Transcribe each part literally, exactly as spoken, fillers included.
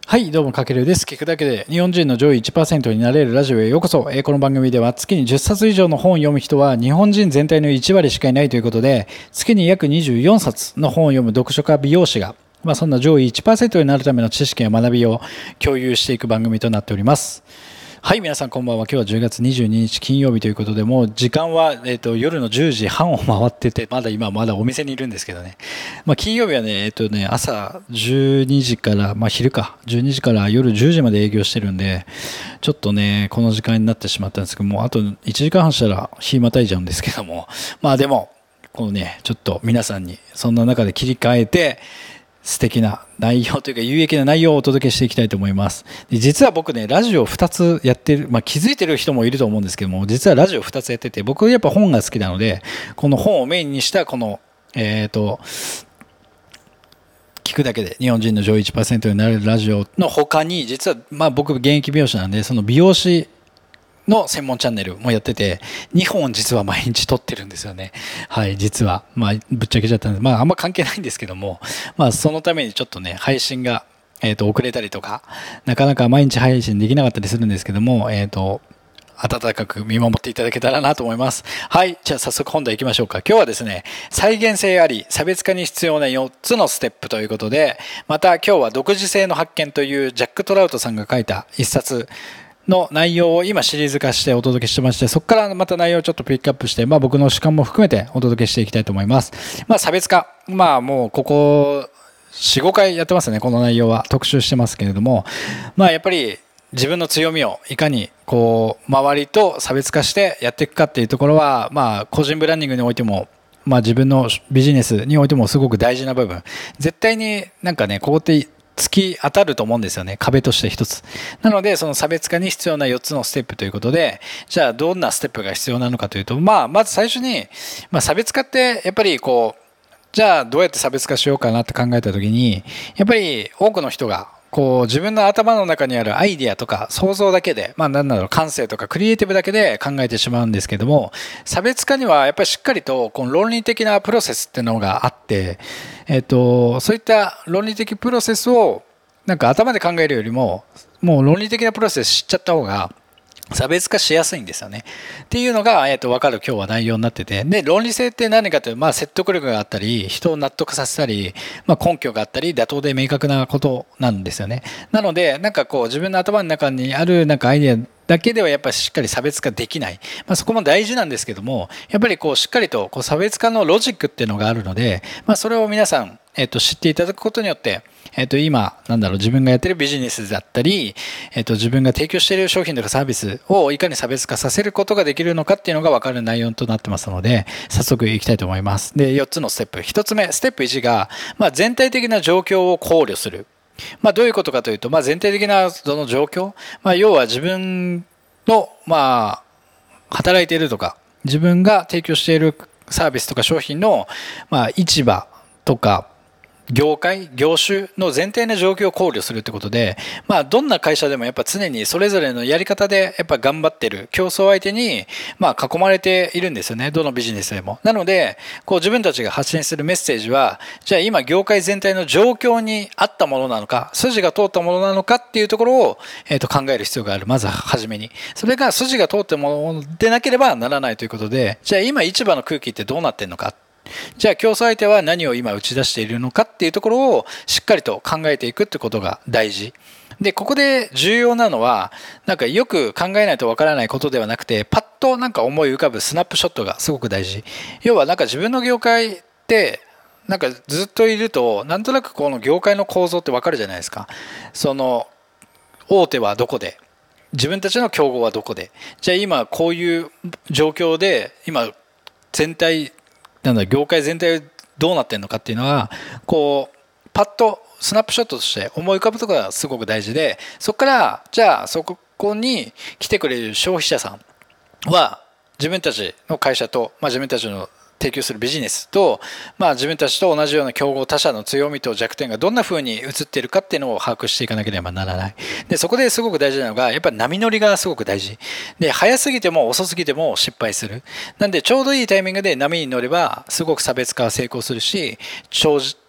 はい、どうも、かけるです。聞くだけで日本人の上位いちパーセントになれるラジオへようこそ。えーこの番組では月にじゅっさつ以上の本を読む人は日本人全体のいち割しかいないということで、月に約にじゅうよんさつの本を読む読書家美容師が、まあ、そんな上位いちパーセントになるための知識や学びを共有していく番組となっております。はい、皆さんこんばんは。今日はじゅうがつにじゅうににち金曜日ということで、もう時間は、えーと、夜のじゅうじはんを回ってて、まだ今まだお店にいるんですけどね。まあ、金曜日はね、えっとね、朝じゅうにじから、まあ、昼か、じゅうにじから夜じゅうじまで営業してるんで、ちょっとね、この時間になってしまったんですけども、あといちじかんはんしたら日またいじゃうんですけども、まあでも、このね、ちょっと皆さんにそんな中で切り替えて、素敵な内容というか有益な内容をお届けしていきたいと思います。で実は僕ね、ラジオふたつやってる、まあ、気づいてる人もいると思うんですけども、実はラジオふたつやってて、僕やっぱ本が好きなので、この本をメインにしたこの、えっと、聞くだけで日本人の上位いちパーセントになれるラジオの他に、実はまあ僕現役美容師なんで、その美容師の専門チャンネルもやってて、にほん実は毎日撮ってるんですよね。はい、実は。まあ、ぶっちゃけちゃったんで、まあ、あんま関係ないんですけども、まあ、そのためにちょっとね、配信が、えっと、遅れたりとか、なかなか毎日配信できなかったりするんですけども、えっと、温かく見守っていただけたらなと思います。はい。じゃあ早速本題行きましょうか。今日はですね、再現性あり、差別化に必要なよっつのステップということで、また今日は独自性の発見というジャック・トラウトさんが書いた一冊、の内容を今シリーズ化してお届けしてまして、そこからまた内容をちょっとピックアップして、まあ僕の主観も含めてお届けしていきたいと思います。まあ差別化。まあもうここよん、ごかいやってますね、この内容は。特集してますけれども、まあやっぱり自分の強みをいかにこう周りと差別化してやっていくかっていうところは、まあ個人ブランディングにおいても、まあ自分のビジネスにおいてもすごく大事な部分。絶対になんかね、ここって突き当たると思うんですよね。壁として一つ。なので、その差別化に必要なよっつのステップということで、じゃあどんなステップが必要なのかというと、まあ、まず最初に、まあ、差別化ってやっぱりこう、じゃあどうやって差別化しようかなって考えたときに、やっぱり多くの人が、こう自分の頭の中にあるアイディアとか想像だけで、まあなんだろう、感性とかクリエイティブだけで考えてしまうんですけども、差別化にはやっぱりしっかりとこの論理的なプロセスっていうのがあって、えっと、そういった論理的プロセスをなんか頭で考えるよりも、もう論理的なプロセス知っちゃった方が、差別化しやすいんですよね。っていうのが、えっと、分かる今日は内容になってて。で、論理性って何かというと、まあ、説得力があったり、人を納得させたり、まあ、根拠があったり、妥当で明確なことなんですよね。なので、なんかこう、自分の頭の中にある、なんかアイデアだけではやっぱりしっかり差別化できない。まあ、そこも大事なんですけども、やっぱりこう、しっかりとこう差別化のロジックっていうのがあるので、まあ、それを皆さん、えっと、知っていただくことによって、えっと、今、なんだろう、自分がやってるビジネスだったり、えっと、自分が提供している商品とかサービスをいかに差別化させることができるのかっていうのが分かる内容となってますので、早速いきたいと思います。で、よっつのステップ。ひとつめ、ステップいちが、まあ、全体的な状況を考慮する。まあ、どういうことかというと、まあ、全体的なその状況、まあ、要は自分の、まあ、働いているとか、自分が提供しているサービスとか商品の、まあ、市場とか、業界、業種の全体の状況を考慮するってことで、まあ、どんな会社でもやっぱ常にそれぞれのやり方でやっぱ頑張ってる競争相手に、まあ、囲まれているんですよね。どのビジネスでも。なので、こう自分たちが発信するメッセージは、じゃあ今業界全体の状況に合ったものなのか、筋が通ったものなのかっていうところを、えっと、考える必要がある。まずはじめに。それが筋が通ったものでなければならないということで、じゃあ今市場の空気ってどうなってんのか。じゃあ競争相手は何を今打ち出しているのかっていうところをしっかりと考えていくってことが大事で、ここで重要なのはなんかよく考えないとわからないことではなくて、パッとなんか思い浮かぶスナップショットがすごく大事。要はなんか自分の業界ってなんかずっといるとなんとなくこの業界の構造ってわかるじゃないですか。その大手はどこで、自分たちの競合はどこで、じゃあ今こういう状況で今全体なんだ業界全体どうなってるのかっていうのはこうパッとスナップショットとして思い浮かぶところがすごく大事で、そこからじゃあそこに来てくれる消費者さんは自分たちの会社と、まあ、自分たちの提供するビジネスと、まあ、自分たちと同じような競合他社の強みと弱点がどんな風に映っているかっていうのを把握していかなければならない。でそこですごく大事なのがやっぱり波乗りがすごく大事で、早すぎても遅すぎても失敗する。なんでちょうどいいタイミングで波に乗ればすごく差別化は成功するし、長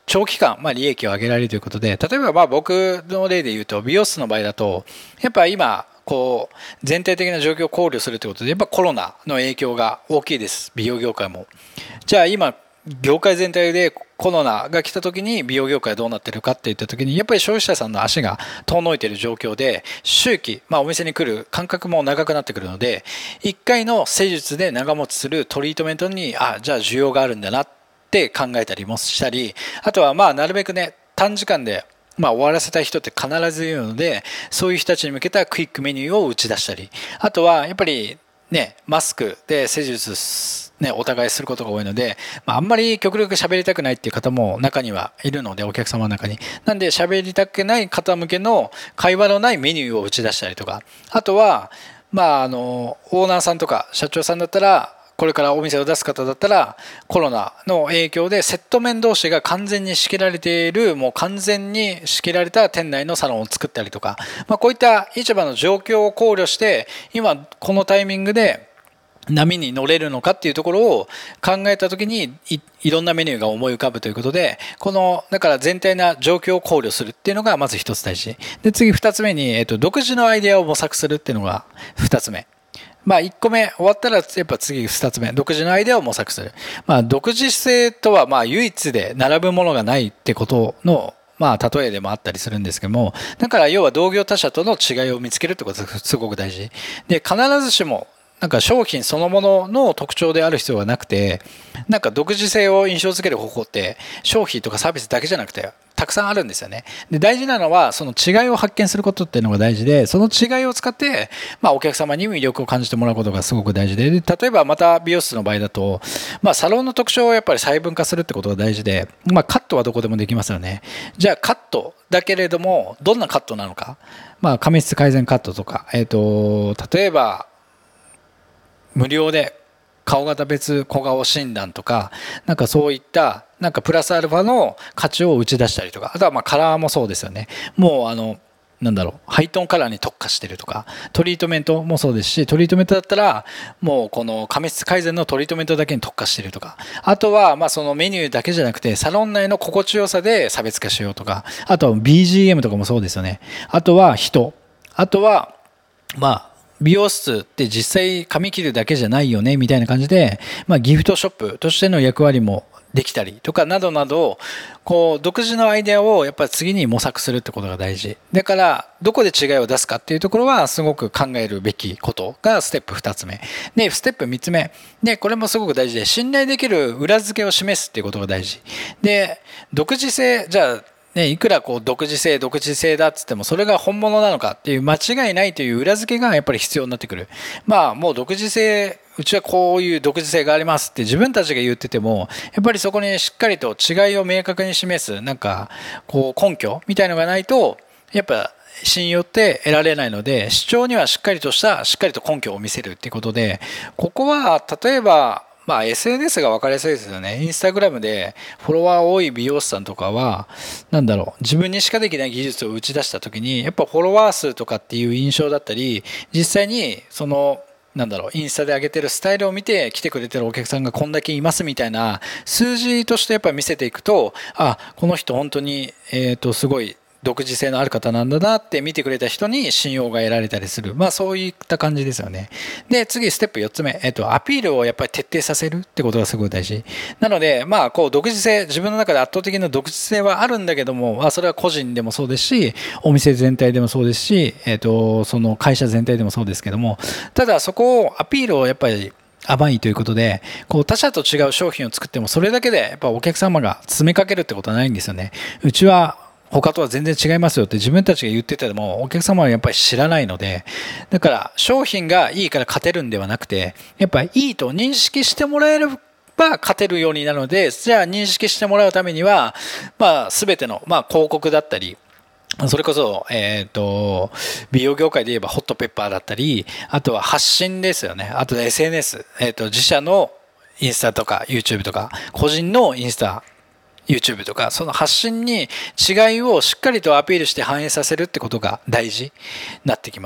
長期間、まあ、利益を上げられるということで、例えばまあ僕の例で言うと、美容室の場合だと、やっぱ今、こう、全体的な状況を考慮するということで、やっぱコロナの影響が大きいです。美容業界も。じゃあ今、業界全体でコロナが来た時に美容業界はどうなってるかっていった時に、やっぱり消費者さんの足が遠のいている状況で、周期、まあお店に来る間隔も長くなってくるので、いっかいの施術で長持ちするトリートメントに、あ、じゃあ需要があるんだなって考えたりもしたり、あとはまあなるべくね、短時間でまあ終わらせたい人って必ずいるので、そういう人たちに向けたクイックメニューを打ち出したり、あとはやっぱりね、マスクで施術ね、お互いすることが多いので、まあ、あんまり極力喋りたくないっていう方も中にはいるので、お客様の中に。なんで喋りたくない方向けの会話のないメニューを打ち出したりとか、あとは、まあ、あの、オーナーさんとか社長さんだったら、これからお店を出す方だったら、コロナの影響でセット面同士が完全に仕切られている、もう完全に仕切られた店内のサロンを作ったりとか、まあ、こういった市場の状況を考慮して、今このタイミングで波に乗れるのかっていうところを考えたときに い, いろんなメニューが思い浮かぶということで、このだから全体な状況を考慮するっていうのがまず一つ大事で、次二つ目に、えっと、独自のアイデアを模索するっていうのが二つ目。まあいっこめ終わったらやっぱ次二つ目、独自のアイデアを模索する。まあ独自性とはまあ唯一で並ぶものがないってことのまあ例えでもあったりするんですけども、だから要は同業他社との違いを見つけるってことがすごく大事で、必ずしもなんか商品そのものの特徴である必要はなくて、なんか独自性を印象付ける方法って商品とかサービスだけじゃなくてたくさんあるんですよね。で、大事なのはその違いを発見することっていうのが大事で、その違いを使ってまあお客様に魅力を感じてもらうことがすごく大事で、で例えばまた美容室の場合だと、まあサロンの特徴をやっぱり細分化するってことが大事で、まあカットはどこでもできますよね。じゃあカットだけれどもどんなカットなのか、まあ髪質改善カットとか、えっと例えば無料で顔型別小顔診断とか、なんかそういったなんかプラスアルファの価値を打ち出したりとか、あとはまあカラーもそうですよね。もうあのなんだろう、ハイトーンカラーに特化してるとか、トリートメントもそうですし、トリートメントだったらもうこの髪質改善のトリートメントだけに特化してるとか、あとはまあそのメニューだけじゃなくてサロン内の心地よさで差別化しようとか、あとは ビージーエム とかもそうですよね。あとは人、あとはまあ美容室って実際髪切るだけじゃないよねみたいな感じで、まあ、ギフトショップとしての役割もできたりとかなどなど、こう独自のアイデアをやっぱり次に模索するってことが大事だから、どこで違いを出すかっていうところはすごく考えるべきことがステップふたつめで、ステップみっつめで、これもすごく大事で、信頼できる裏付けを示すっていうことが大事で、独自性、じゃあね、いくらこう独自性独自性だっつってもそれが本物なのかっていう間違いないという裏付けがやっぱり必要になってくる。まあもう独自性、うちはこういう独自性がありますって自分たちが言ってても、やっぱりそこにしっかりと違いを明確に示すなんかこう根拠みたいのがないとやっぱ信用って得られないので、主張にはしっかりとしたしっかりと根拠を見せるっていうことで、ここは例えばまあ エスエヌエス が分かりやすいですよね。インスタグラムでフォロワー多い美容師さんとかは、なんだろう、自分にしかできない技術を打ち出したときに、やっぱフォロワー数とかっていう印象だったり、実際にその、なんだろう、インスタで上げてるスタイルを見て来てくれてるお客さんがこんだけいますみたいな数字としてやっぱり見せていくと、あ、この人本当に、えっと、すごい、独自性のある方なんだなって見てくれた人に信用が得られたりする。まあそういった感じですよね。で、次ステップよっつめ。えっと、アピールをやっぱり徹底させるってことがすごい大事。なので、まあこう独自性、自分の中で圧倒的な独自性はあるんだけども、まあそれは個人でもそうですし、お店全体でもそうですし、えっと、その会社全体でもそうですけども、ただそこをアピールをやっぱり甘いということで、こう他社と違う商品を作ってもそれだけでやっぱお客様が詰めかけるってことはないんですよね。うちは他とは全然違いますよって自分たちが言っててもお客様はやっぱり知らないので、だから商品がいいから勝てるんではなくて、やっぱりいいと認識してもらえれば勝てるようになるので、じゃあ認識してもらうためには、まあ全ての、まあ広告だったり、それこそ、えっと、美容業界で言えばホットペッパーだったり、あとは発信ですよね。あと エスエヌエス、えっと、自社のインスタとか YouTube とか、個人のインスタ、YouTube とか、その発信に違いをしっかりとアピールして反映させるってことが大事になってきます。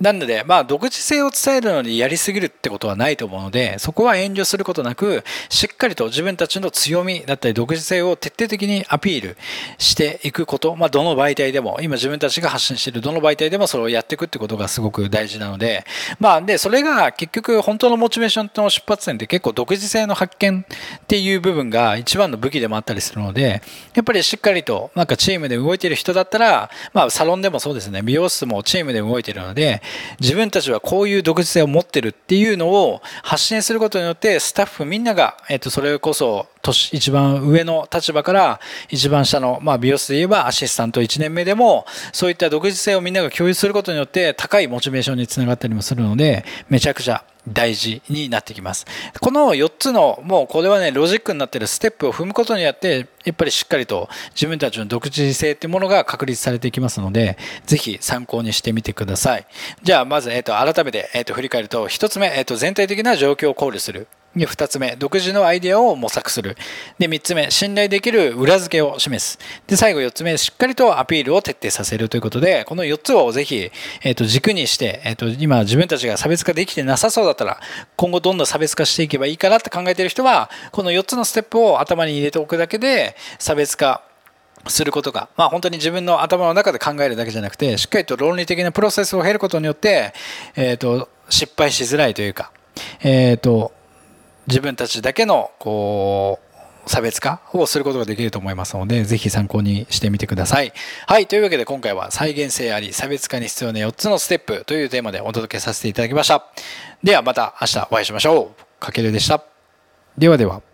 なので、まあ、独自性を伝えるのにやりすぎるってことはないと思うので、そこは遠慮することなく、しっかりと自分たちの強みだったり独自性を徹底的にアピールしていくこと、まあ、どの媒体でも、今自分たちが発信しているどの媒体でもそれをやっていくってことがすごく大事なので、まあ、で、それが結局本当のモチベーションの出発点って結構独自性の発見っていう部分が一番の武器でもあったりするので、やっぱりしっかりとなんかチームで動いている人だったら、まあ、サロンでもそうですね、美容室もチームで動いているので、自分たちはこういう独自性を持ってるっていうのを発信することによってスタッフみんなが、えっと、それこそ年一番上の立場から一番下の、まあ、美容室で言えばアシスタントいちねんめでもそういった独自性をみんなが共有することによって高いモチベーションにつながったりもするので、めちゃくちゃ大事になってきます。このよっつのもうこれはねロジックになっているステップを踏むことによってやっぱりしっかりと自分たちの独自性っていうものが確立されていきますので、ぜひ参考にしてみてください。じゃあまず、えっと、改めて、えっと、振り返るとひとつめ、えっと、全体的な状況を考慮する。でふたつめ、独自のアイデアを模索する。でみっつめ、信頼できる裏付けを示す。で最後よっつめ、しっかりとアピールを徹底させるということで、このよっつをぜひ、えっと、軸にして、えっと、今自分たちが差別化できてなさそうだったら今後どんどん差別化していけばいいかなって考えている人はこのよっつのステップを頭に入れておくだけで差別化することが、まあ、本当に自分の頭の中で考えるだけじゃなくてしっかりと論理的なプロセスを経ることによって、えっと、失敗しづらいというか、えっと自分たちだけのこう差別化をすることができると思いますので、ぜひ参考にしてみてください。はい、というわけで今回は再現性あり差別化に必要なよっつのステップというテーマでお届けさせていただきました。ではまた明日お会いしましょう。かけるでした。ではでは。